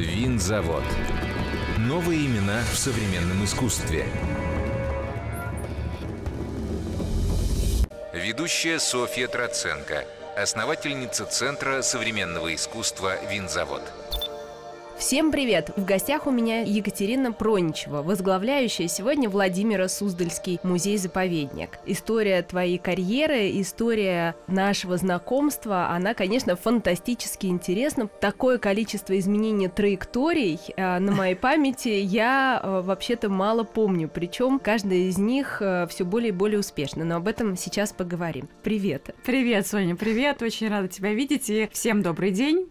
Винзавод. Новые имена в современном искусстве. Ведущая Софья Троценко, основательница Центра современного искусства «Винзавод». Всем привет! В гостях у меня Екатерина Проничева, возглавляющая сегодня Владимиро-Суздальский музей-заповедник. История твоей карьеры, история нашего знакомства, она, конечно, фантастически интересна. Такое количество изменений траекторий на моей памяти я вообще-то мало помню, причем каждая из них все более и более успешна, но об этом сейчас поговорим. Привет! Привет, Соня, привет! Очень рада тебя видеть и всем добрый день!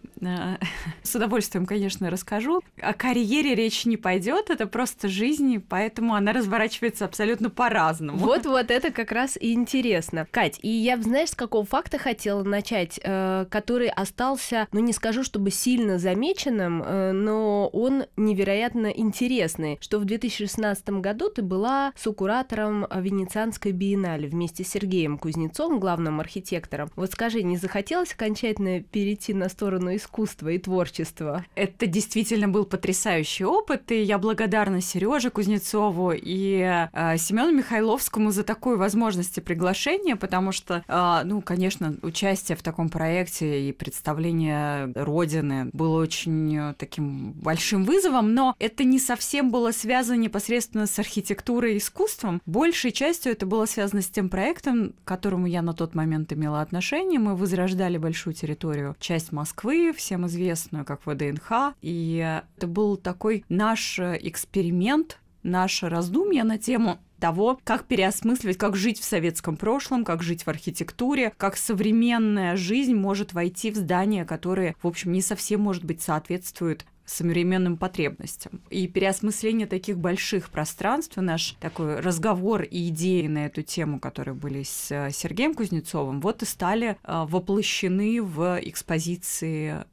С удовольствием, конечно, расскажу. О карьере речь не пойдет, это просто жизнь, поэтому она разворачивается абсолютно по-разному. Вот это как раз и интересно. Кать, и я, знаешь, с какого факта хотела начать, который остался, не скажу, чтобы сильно замеченным, но он невероятно интересный, что в 2016 году ты была сокуратором Венецианской биеннале вместе с Сергеем Кузнецовым, главным архитектором. Вот скажи, не захотелось окончательно перейти на сторону искусства и творчества? Это действительно был потрясающий опыт, и я благодарна Сереже Кузнецову и Семену Михайловскому за такую возможность и приглашение, потому что, конечно, участие в таком проекте и представление Родины было очень таким большим вызовом, но это не совсем было связано непосредственно с архитектурой и искусством. Большей частью это было связано с тем проектом, к которому я на тот момент имела отношение. Мы возрождали большую территорию, часть Москвы, всем известную как ВДНХ, и это был такой наш эксперимент, наше раздумье на тему того, как переосмысливать, как жить в советском прошлом, как жить в архитектуре, как современная жизнь может войти в здания, которые, в общем, не совсем, может быть, соответствуют современным потребностям. И переосмысление таких больших пространств, наш такой разговор и идеи на эту тему, которые были с Сергеем Кузнецовым, вот и стали воплощены в экспозиции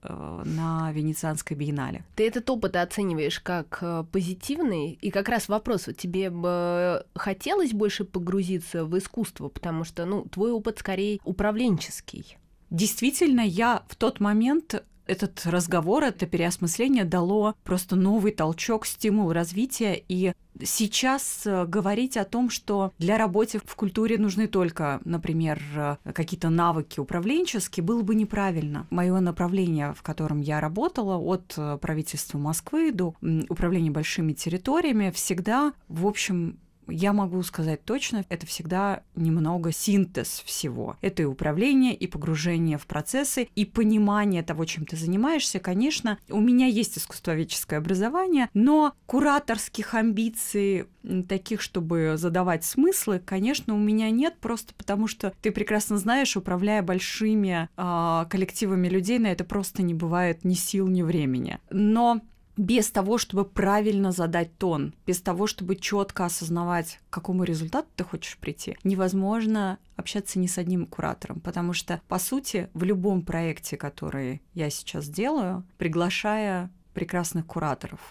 на Венецианской биеннале. Ты этот опыт оцениваешь как позитивный? И как раз вопрос, тебе бы хотелось больше погрузиться в искусство, потому что, твой опыт скорее управленческий. Действительно, я в тот момент... Этот разговор, это переосмысление дало просто новый толчок, стимул развития. И сейчас говорить о том, что для работы в культуре нужны только, например, какие-то навыки управленческие, было бы неправильно. Мое направление, в котором я работала, от правительства Москвы до управления большими территориями, всегда, в общем, я могу сказать точно, это всегда немного синтез всего. Это и управление, и погружение в процессы, и понимание того, чем ты занимаешься. Конечно, у меня есть искусствоведческое образование, но кураторских амбиций, таких, чтобы задавать смыслы, конечно, у меня нет, просто потому что ты прекрасно знаешь, управляя большими коллективами людей, на это просто не бывает ни сил, ни времени. Но без того, чтобы правильно задать тон, без того, чтобы четко осознавать, к какому результату ты хочешь прийти, невозможно общаться ни с одним куратором, потому что, по сути, в любом проекте, который я сейчас делаю, приглашая прекрасных кураторов,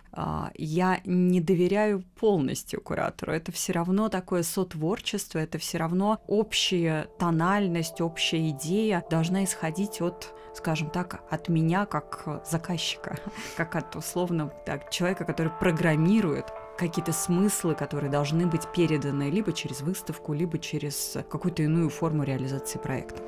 я не доверяю полностью куратору. Это все равно такое сотворчество, это все равно общая тональность, общая идея должна исходить от, скажем так, от меня как заказчика, как от, условно, человека, который программирует какие-то смыслы, которые должны быть переданы либо через выставку, либо через какую-то иную форму реализации проекта.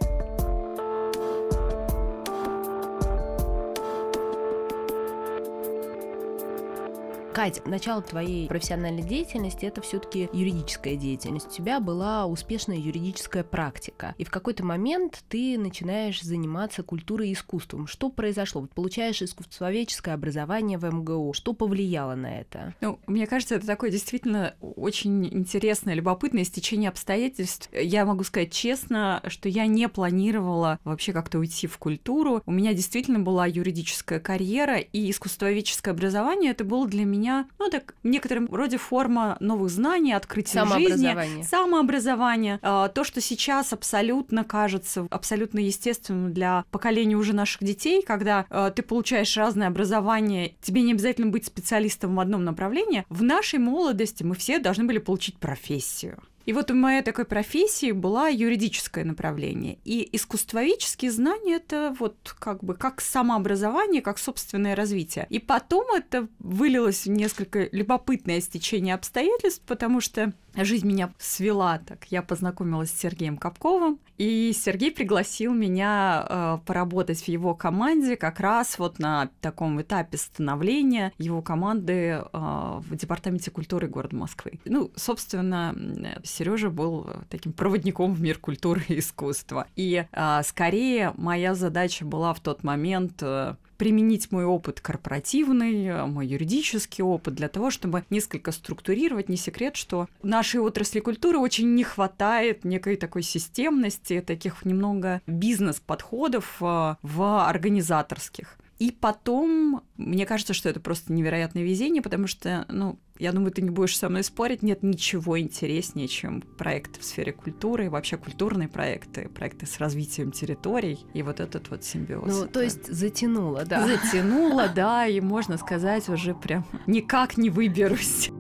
Кать, начало твоей профессиональной деятельности – это все-таки юридическая деятельность. У тебя была успешная юридическая практика. И в какой-то момент ты начинаешь заниматься культурой и искусством. Что произошло? Вот получаешь искусствоведческое образование в МГУ. Что повлияло на это? Мне кажется, это такое действительно очень интересное, любопытное стечение обстоятельств. Я могу сказать честно, что я не планировала вообще как-то уйти в культуру. У меня действительно была юридическая карьера, и искусствоведческое образование – это было для меня так в некотором роде форма новых знаний, открытия жизни, самообразование. То, что сейчас абсолютно кажется абсолютно естественным для поколения уже наших детей, когда ты получаешь разное образование, тебе не обязательно быть специалистом в одном направлении. В нашей молодости мы все должны были получить профессию. И вот в моей такой профессии была юридическое направление. И искусствоведческие знания — это вот как бы как самообразование, как собственное развитие. И потом это вылилось в несколько любопытное стечение обстоятельств, потому что жизнь меня свела так. Я познакомилась с Сергеем Капковым, и Сергей пригласил меня поработать в его команде как раз вот на таком этапе становления его команды в Департаменте культуры города Москвы. Ну, собственно, Сережа был таким проводником в мир культуры и искусства. И скорее моя задача была в тот момент применить мой опыт корпоративный, мой юридический опыт для того, чтобы несколько структурировать. Не секрет, что нашей отрасли культуры очень не хватает некой такой системности, таких немного бизнес-подходов в организаторских. И потом, мне кажется, что это просто невероятное везение, потому что, я думаю, ты не будешь со мной спорить, нет ничего интереснее, чем проекты в сфере культуры, и вообще культурные проекты с развитием территорий, и вот этот вот симбиоз. То есть затянуло, да? Затянуло, да, и можно сказать, уже прям никак не выберусь.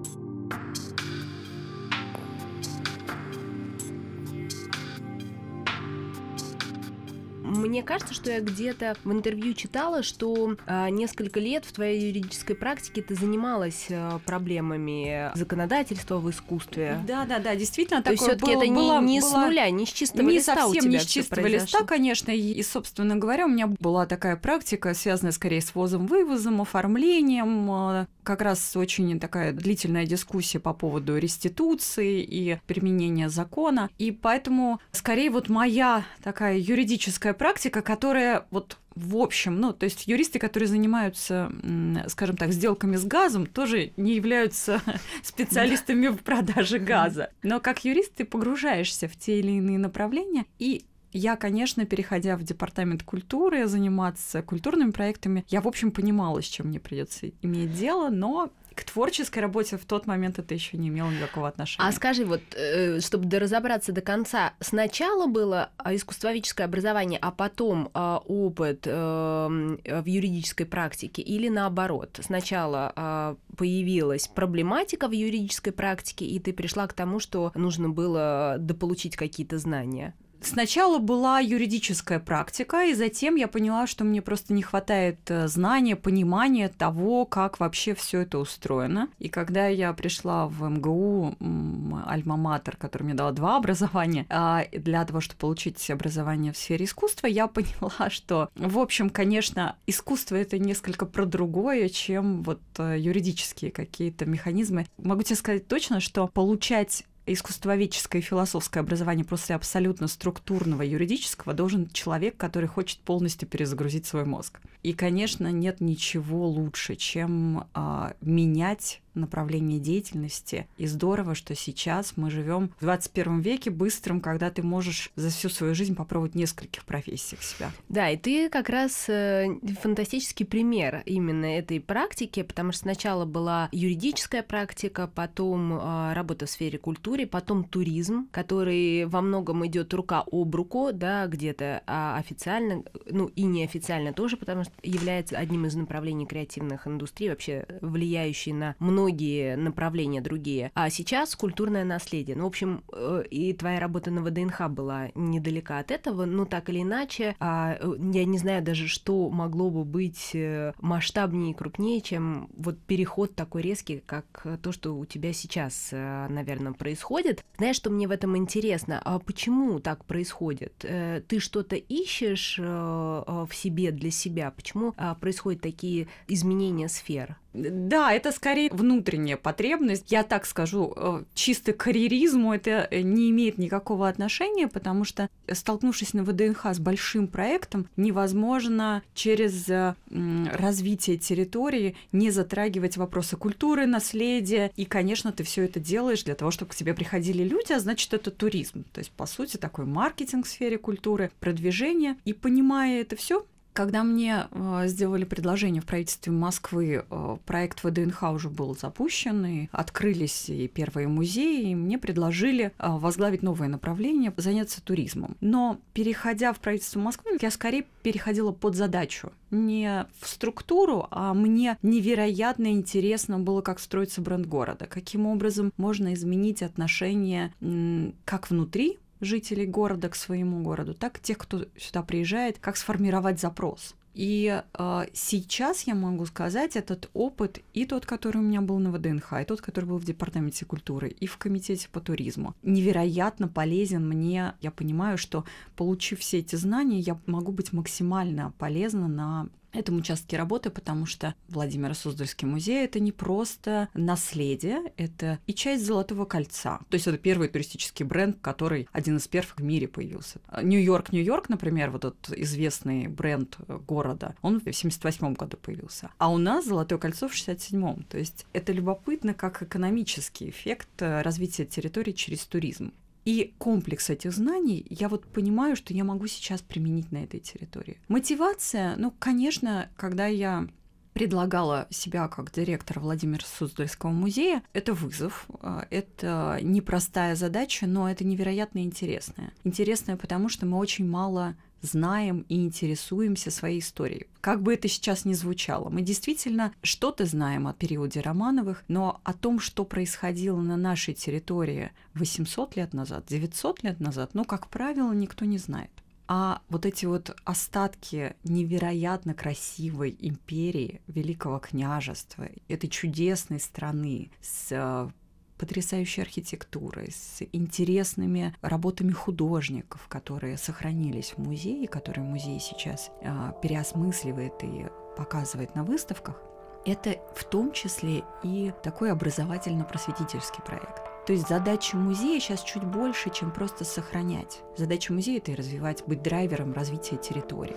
Мне кажется, что я где-то в интервью читала, что несколько лет в твоей юридической практике ты занималась проблемами законодательства в искусстве. Да, действительно, то такое есть всё-таки это не с нуля, не с чистого листа у тебя. Не совсем не с чистого листа, конечно. И, собственно говоря, у меня была такая практика, связанная скорее с ввозом-вывозом, оформлением. Как раз очень такая длительная дискуссия по поводу реституции и применения закона. И поэтому, скорее, вот моя такая юридическая практика, которая вот в общем, то есть юристы, которые занимаются, скажем так, сделками с газом, тоже не являются специалистами в продаже газа. Но как юрист ты погружаешься в те или иные направления, и я, конечно, переходя в департамент культуры, заниматься культурными проектами, я, в общем, понимала, с чем мне придется иметь дело, но к творческой работе в тот момент это еще не имело никакого отношения. А скажи, вот, чтобы разобраться до конца, сначала было искусствоведческое образование, а потом опыт в юридической практике, или наоборот? Сначала появилась проблематика в юридической практике, и ты пришла к тому, что нужно было дополучить какие-то знания? Сначала была юридическая практика, и затем я поняла, что мне просто не хватает знания, понимания того, как вообще все это устроено. И когда я пришла в МГУ, альма-матер, который мне дала 2 образования, для того, чтобы получить образование в сфере искусства, я поняла, что, в общем, конечно, искусство — это несколько про другое, чем вот юридические какие-то механизмы. Могу тебе сказать точно, что получать искусствоведческое и философское образование после абсолютно структурного юридического должен человек, который хочет полностью перезагрузить свой мозг. И, конечно, нет ничего лучше, чем менять направление деятельности. И здорово, что сейчас мы живем в 21 веке быстрым, когда ты можешь за всю свою жизнь попробовать в нескольких профессиях себя. Да, и ты как раз фантастический пример именно этой практики, потому что сначала была юридическая практика, потом работа в сфере культуры, потом туризм, который во многом идет рука об руку, да, где-то официально, и неофициально тоже, потому что является одним из направлений креативных индустрий, вообще влияющий на многие направления другие. А сейчас культурное наследие. В общем, и твоя работа на ВДНХ была недалека от этого, но так или иначе, я не знаю даже, что могло бы быть масштабнее и крупнее, чем вот переход такой резкий, как то, что у тебя сейчас, наверное, происходит. Знаешь, что мне в этом интересно? А почему так происходит? Ты что-то ищешь в себе для себя? Почему происходят такие изменения сфер? Да, это скорее внутренняя потребность. Я так скажу, чисто к карьеризму это не имеет никакого отношения, потому что, столкнувшись на ВДНХ с большим проектом, невозможно через развитие территории не затрагивать вопросы культуры, наследия. И, конечно, ты все это делаешь для того, чтобы к тебе приходили люди, а значит, это туризм. То есть, по сути, такой маркетинг в сфере культуры, продвижение. И понимая это все, Когда мне сделали предложение в правительстве Москвы, проект ВДНХ уже был запущен, и открылись и первые музеи, и мне предложили возглавить новое направление, заняться туризмом. Но, переходя в правительство Москвы, я скорее переходила под задачу. Не в структуру, а мне невероятно интересно было, как строится бренд города, каким образом можно изменить отношение как внутри жителей города к своему городу, так и тех, кто сюда приезжает, как сформировать запрос. И сейчас я могу сказать, этот опыт, и тот, который у меня был на ВДНХ, и тот, который был в Департаменте культуры, и в Комитете по туризму, невероятно полезен мне. Я понимаю, что, получив все эти знания, я могу быть максимально полезна на этом участке работы, потому что Владимиро-Суздальский музей — это не просто наследие, это и часть Золотого кольца. То есть это первый туристический бренд, который один из первых в мире появился. Нью-Йорк, например, вот этот известный бренд города, он в 1978 году появился. А у нас Золотое кольцо в 1967. То есть это любопытно как экономический эффект развития территории через туризм. И комплекс этих знаний, я вот понимаю, что я могу сейчас применить на этой территории. Мотивация, конечно, когда я предлагала себя как директора Владимиро-Суздальского музея, это вызов, это непростая задача, но это невероятно интересная. Интересная, потому что мы очень мало знаем и интересуемся своей историей. Как бы это сейчас ни звучало, мы действительно что-то знаем о периоде Романовых, но о том, что происходило на нашей территории 800 лет назад, 900 лет назад, как правило, никто не знает. А вот эти вот остатки невероятно красивой империи, Великого княжества, этой чудесной страны с потрясающей архитектурой, с интересными работами художников, которые сохранились в музее, которые музей сейчас переосмысливает и показывает на выставках, это в том числе и такой образовательно-просветительский проект. То есть задача музея сейчас чуть больше, чем просто сохранять. Задача музея — это и развивать, быть драйвером развития территории.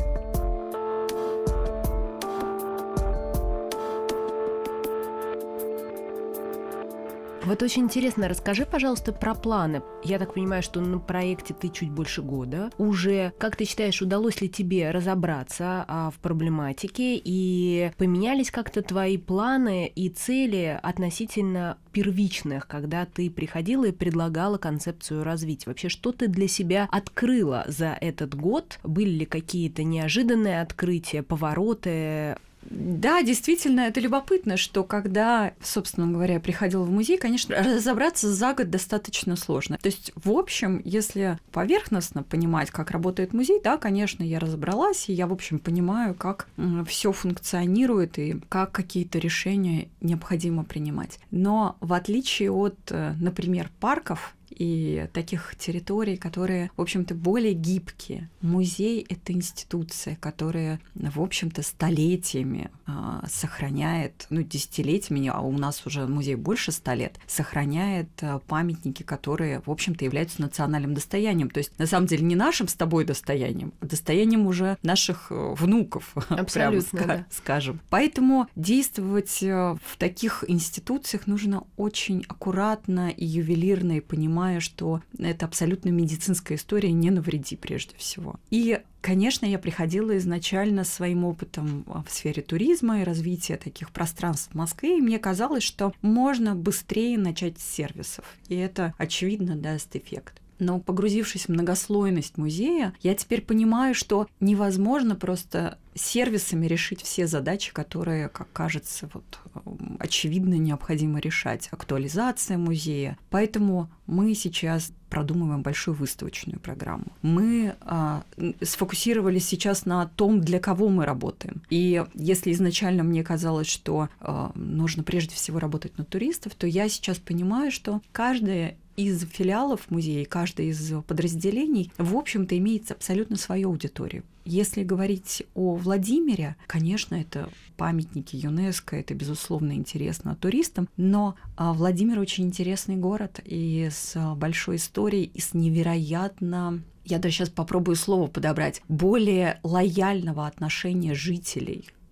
Вот очень интересно, расскажи, пожалуйста, про планы. Я так понимаю, что на проекте ты чуть больше года. Уже, как ты считаешь, удалось ли тебе разобраться в проблематике, и поменялись как-то твои планы и цели относительно первичных, когда ты приходила и предлагала концепцию развития? Вообще, что ты для себя открыла за этот год? Были ли какие-то неожиданные открытия, повороты? Да, действительно, это любопытно, что когда, собственно говоря, я приходила в музей, конечно, разобраться за год достаточно сложно. То есть, в общем, если поверхностно понимать, как работает музей, да, конечно, я разобралась, и я, в общем, понимаю, как все функционирует и как какие-то решения необходимо принимать. Но в отличие от, например, парков и таких территорий, которые, в общем-то, более гибкие. Музей — это институция, которая, в общем-то, столетиями сохраняет, десятилетиями, а у нас уже музей больше 100 лет, сохраняет памятники, которые, в общем-то, являются национальным достоянием. То есть, на самом деле, не нашим с тобой достоянием, а достоянием уже наших внуков, абсолютно, прямо скажем. Поэтому действовать в таких институциях нужно очень аккуратно и ювелирно, и понимая, что это абсолютно медицинская история, не навреди прежде всего. И, конечно, я приходила изначально своим опытом в сфере туризма и развития таких пространств в Москве, и мне казалось, что можно быстрее начать с сервисов, и это, очевидно, даст эффект. Но, погрузившись в многослойность музея, я теперь понимаю, что невозможно просто сервисами решить все задачи, которые, как кажется, очевидно необходимо решать. Актуализация музея. Поэтому мы сейчас продумываем большую выставочную программу. Мы сфокусировались сейчас на том, для кого мы работаем. И если изначально мне казалось, что нужно прежде всего работать на туристов, то я сейчас понимаю, что каждая из филиалов музея, каждое из подразделений, в общем-то, имеет абсолютно свою аудиторию. Если говорить о Владимире, конечно, это памятники ЮНЕСКО, это, безусловно, интересно туристам, но Владимир очень интересный город и с большой историей, и с невероятно, я даже сейчас попробую слово подобрать, более лояльного отношения жителей к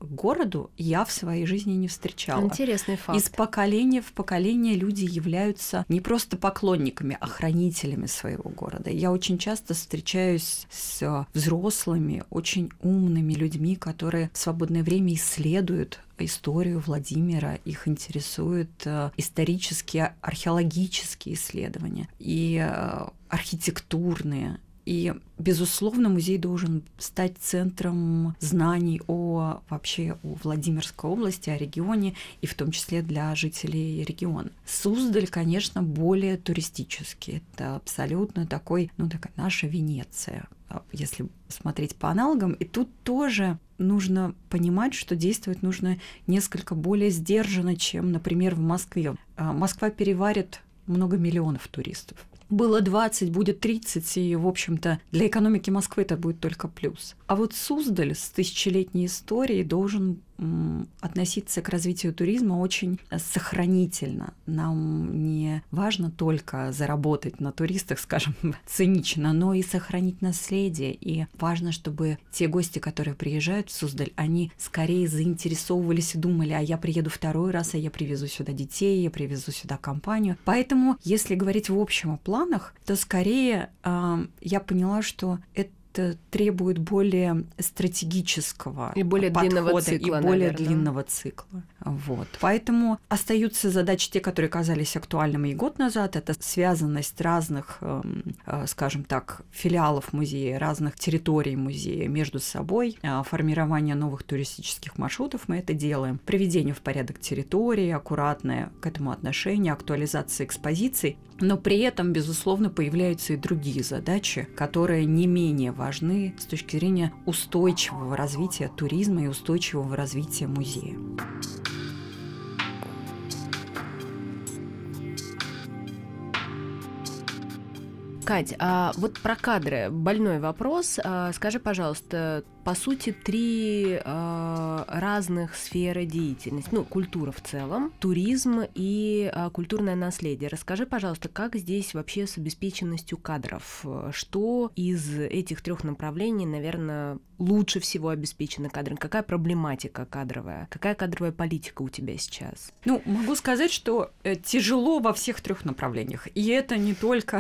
городу я в своей жизни не встречала. Интересный факт. Из поколения в поколение люди являются не просто поклонниками, а хранителями своего города. Я очень часто встречаюсь с взрослыми, очень умными людьми, которые в свободное время исследуют историю Владимира, их интересуют исторические, археологические исследования и архитектурные. И, безусловно, музей должен стать центром знаний вообще о Владимирской области, о регионе, и в том числе для жителей региона. Суздаль, конечно, более туристический. Это абсолютно такая наша Венеция, если смотреть по аналогам. И тут тоже нужно понимать, что действовать нужно несколько более сдержанно, чем, например, в Москве. Москва переварит много миллионов туристов. Было 20, будет 30, и, в общем-то, для экономики Москвы это будет только плюс. А вот Суздаль с тысячелетней историей должен относиться к развитию туризма очень сохранительно. Нам не важно только заработать на туристах, скажем, цинично, но и сохранить наследие. И важно, чтобы те гости, которые приезжают в Суздаль, они скорее заинтересовывались и думали, а я приеду второй раз, а я привезу сюда детей, я привезу сюда компанию. Поэтому, если говорить в общем о планах, то скорее я поняла, что это требует более стратегического и более длинного цикла, и более длинного цикла. Вот. Поэтому остаются задачи те, которые казались актуальными и год назад. Это связанность разных, скажем так, филиалов музея, разных территорий музея между собой, формирование новых туристических маршрутов. Мы это делаем. Приведение в порядок территории, аккуратное к этому отношение, актуализация экспозиций. Но при этом, безусловно, появляются и другие задачи, которые не менее важны с точки зрения устойчивого развития туризма и устойчивого развития музея. Кать, а вот про кадры больной вопрос. Скажи, пожалуйста, по сути, 3 разных сферы деятельности. Культура в целом, туризм и культурное наследие. Расскажи, пожалуйста, как здесь вообще с обеспеченностью кадров? Что из этих 3 направлений, наверное, лучше всего обеспечено кадрами? Какая проблематика кадровая? Какая кадровая политика у тебя сейчас? Могу сказать, что тяжело во всех 3 направлениях. И это не только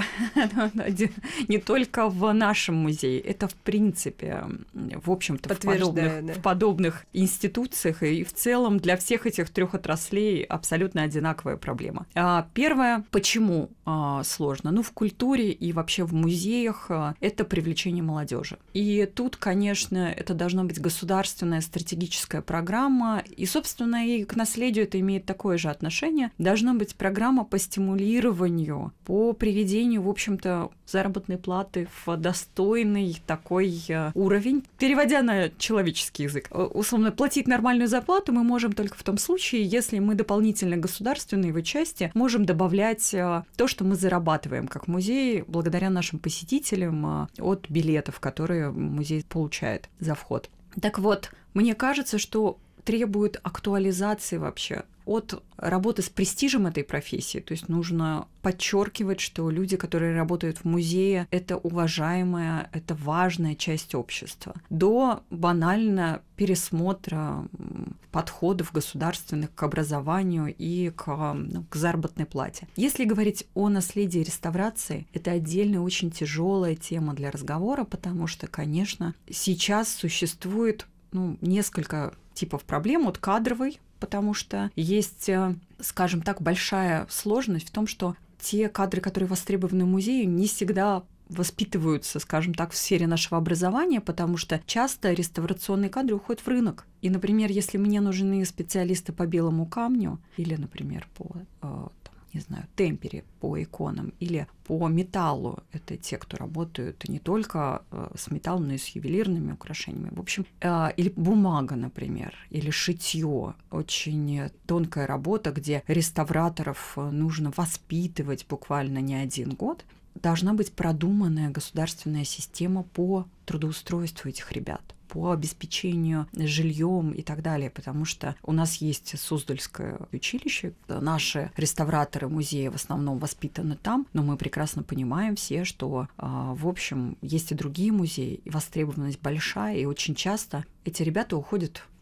в нашем музее. Это, в принципе, в общем-то, в подобных институциях и в целом для всех этих 3 отраслей абсолютно одинаковая проблема. Первое, почему сложно? В культуре и вообще в музеях это привлечение молодежи. И тут, конечно, это должна быть государственная стратегическая программа, и, собственно, и к наследию это имеет такое же отношение. Должна быть программа по стимулированию, по приведению, в общем-то, заработной платы в достойный такой уровень. Переводя на человеческий язык, условно, платить нормальную зарплату мы можем только в том случае, если мы дополнительно государственной его части можем добавлять то, что мы зарабатываем как музей благодаря нашим посетителям от билетов, которые музей получает за вход. Так вот, мне кажется, что требует актуализации вообще от работы с престижем этой профессии. То есть нужно подчеркивать, что люди, которые работают в музее, это уважаемая, это важная часть общества. До банально пересмотра подходов государственных к образованию и к заработной плате. Если говорить о наследии реставрации, это отдельная очень тяжелая тема для разговора, потому что, конечно, сейчас существует несколько типов проблем от кадровой, потому что есть, скажем так, большая сложность в том, что те кадры, которые востребованы в музее, не всегда воспитываются, скажем так, в сфере нашего образования, потому что часто реставрационные кадры уходят в рынок. И, например, если мне нужны специалисты по белому камню или, например, по темпере, по иконам или по металлу. Это те, кто работают не только с металлом, но и с ювелирными украшениями. В общем, или бумага, например, или шитье. Очень тонкая работа, где реставраторов нужно воспитывать буквально не 1 год. Должна быть продуманная государственная система по трудоустройству этих ребят, по обеспечению жильем и так далее, потому что у нас есть Суздальское училище, наши реставраторы музея в основном воспитаны там, но мы прекрасно понимаем все, что, в общем, есть и другие музеи, и востребованность большая, и очень часто эти ребята уходят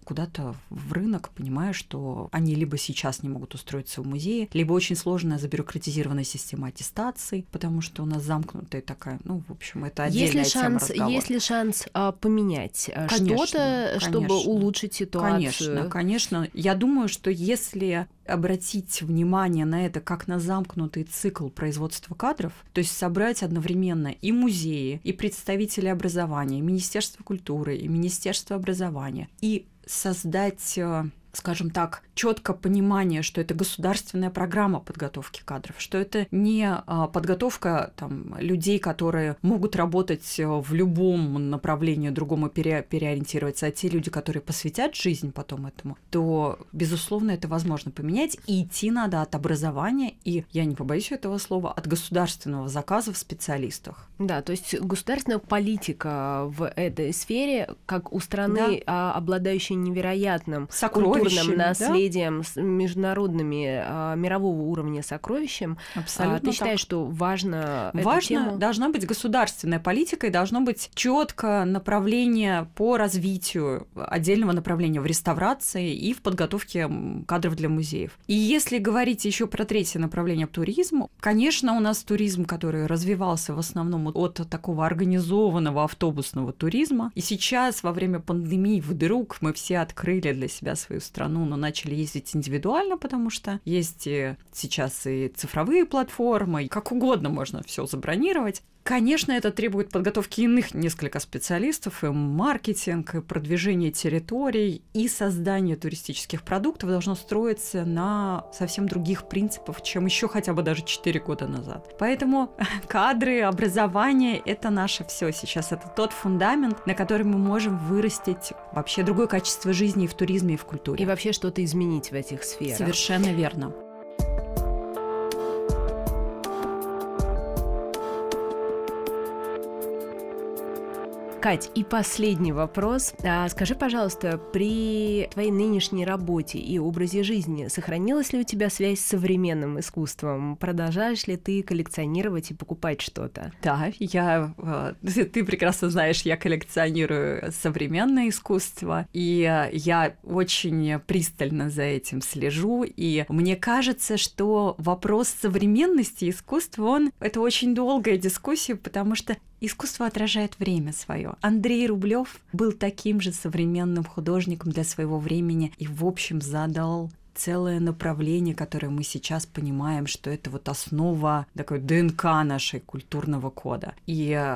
куда-то в рынок, понимая, что они либо сейчас не могут устроиться в музее, либо очень сложная забюрократизированная система аттестации, потому что у нас замкнутая такая, в общем, это отдельная тема разговора. Есть ли шанс поменять что-то, чтобы улучшить ситуацию? Конечно. Я думаю, что если обратить внимание на это как на замкнутый цикл производства кадров, то есть собрать одновременно и музеи, и представители образования, и Министерство культуры, и Министерство образования, и создать, скажем так, четкое понимание, что это государственная программа подготовки кадров, что это не подготовка людей, которые могут работать в любом направлении другому переориентироваться, а те люди, которые посвятят жизнь потом этому, то, безусловно, это возможно поменять, и идти надо от образования, и, я не побоюсь этого слова, от государственного заказа в специалистах. Да, то есть государственная политика в этой сфере, как у страны, обладающей невероятным культурным наследием, с международными мирового уровня сокровищем. Абсолютно. Ты считаешь, что важно эту тему? Должна быть государственная политика, и должно быть четкое направление по развитию отдельного направления в реставрации и в подготовке кадров для музеев. И если говорить еще про третье направление, туризм, конечно, у нас туризм, который развивался в основном от такого организованного автобусного туризма, и сейчас во время пандемии вдруг мы все открыли для себя свою страну, но начали ездить индивидуально, потому что есть сейчас и цифровые платформы, как угодно можно все забронировать. Конечно, это требует подготовки иных несколько специалистов, и маркетинг, и продвижение территорий, и создание туристических продуктов должно строиться на совсем других принципах, чем еще хотя бы даже 4 года назад. Поэтому кадры, образование – это наше все сейчас. Это тот фундамент, на который мы можем вырастить вообще другое качество жизни и в туризме, и в культуре. И вообще что-то изменить в этих сферах. Совершенно верно. Кать, и последний вопрос. Скажи, пожалуйста, при твоей нынешней работе и образе жизни сохранилась ли у тебя связь с современным искусством? Продолжаешь ли ты коллекционировать и покупать что-то? Да, ты прекрасно знаешь, я коллекционирую современное искусство, и я очень пристально за этим слежу, и мне кажется, что вопрос современности искусства, это очень долгая дискуссия, потому что искусство отражает время свое. Андрей Рублев был таким же современным художником для своего времени и, в общем, задал целое направление, которое мы сейчас понимаем, что это основа такой ДНК нашей культурного кода. И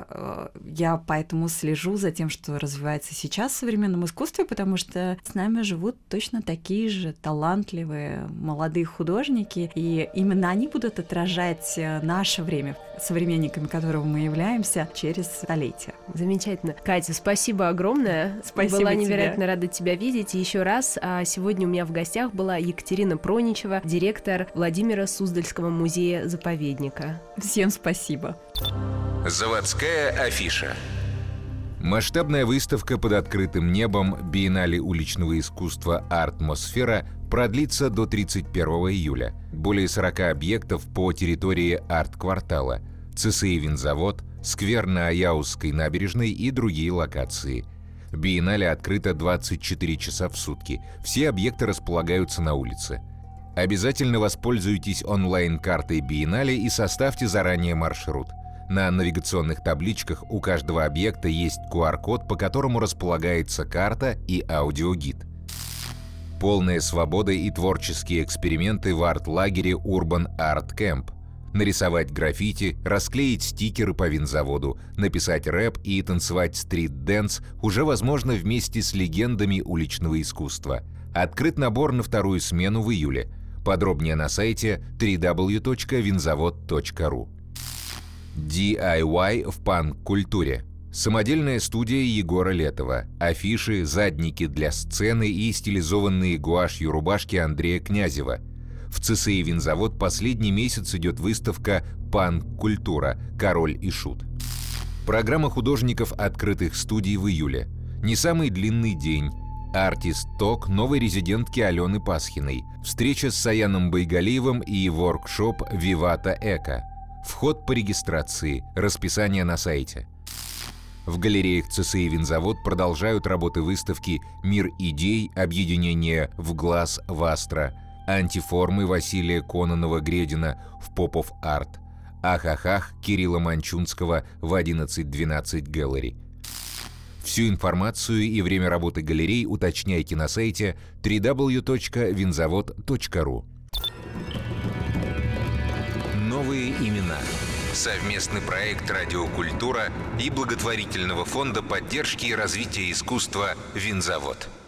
я поэтому слежу за тем, что развивается сейчас в современном искусстве, потому что с нами живут точно такие же талантливые молодые художники, и именно они будут отражать наше время, современниками которого мы являемся, через столетия. Замечательно. Катя, спасибо огромное. Спасибо. Была невероятно рада тебя видеть. И еще раз, сегодня у меня в гостях была Екатерина Проничева, директор Владимира Суздальского музея-заповедника. Всем спасибо. Заводская афиша. Масштабная выставка под открытым небом Биеннале уличного искусства «Артмосфера» продлится до 31 июля. Более 40 объектов по территории арт-квартала, ЦСИ «Винзавод», сквер на Аяусской набережной и другие локации. Биеннале открыто 24 часа в сутки. Все объекты располагаются на улице. Обязательно воспользуйтесь онлайн-картой Биеннале и составьте заранее маршрут. На навигационных табличках у каждого объекта есть QR-код, по которому располагается карта и аудиогид. Полная свобода и творческие эксперименты в арт-лагере Urban Art Camp. Нарисовать граффити, расклеить стикеры по винзаводу, написать рэп и танцевать стрит-дэнс уже возможно вместе с легендами уличного искусства. Открыт набор на вторую смену в июле. Подробнее на сайте www.vinzavod.ru. DIY в панк-культуре. Самодельная студия Егора Летова. Афиши, задники для сцены и стилизованные гуашью рубашки Андрея Князева. В ЦСИ «Винзавод» последний месяц идет выставка «Панк-культура. Король и шут». Программа художников открытых студий в июле. Не самый длинный день. Артист-ток новой резидентки Алены Пасхиной. Встреча с Саяном Байгалиевым и воркшоп «Вивата Эко». Вход по регистрации. Расписание на сайте. В галереях ЦСИ «Винзавод» продолжают работы выставки «Мир идей. Объединение в глаз Вастра», «Антиформы» Василия Кононова-Гредина в «Попов Арт», «Ах-ах-ах» Кирилла Манчунского в 1112 Gallery. Всю информацию и время работы галерей уточняйте на сайте www.vinzavod.ru. Новые имена. Совместный проект «Радиокультура» и благотворительного фонда поддержки и развития искусства «Винзавод».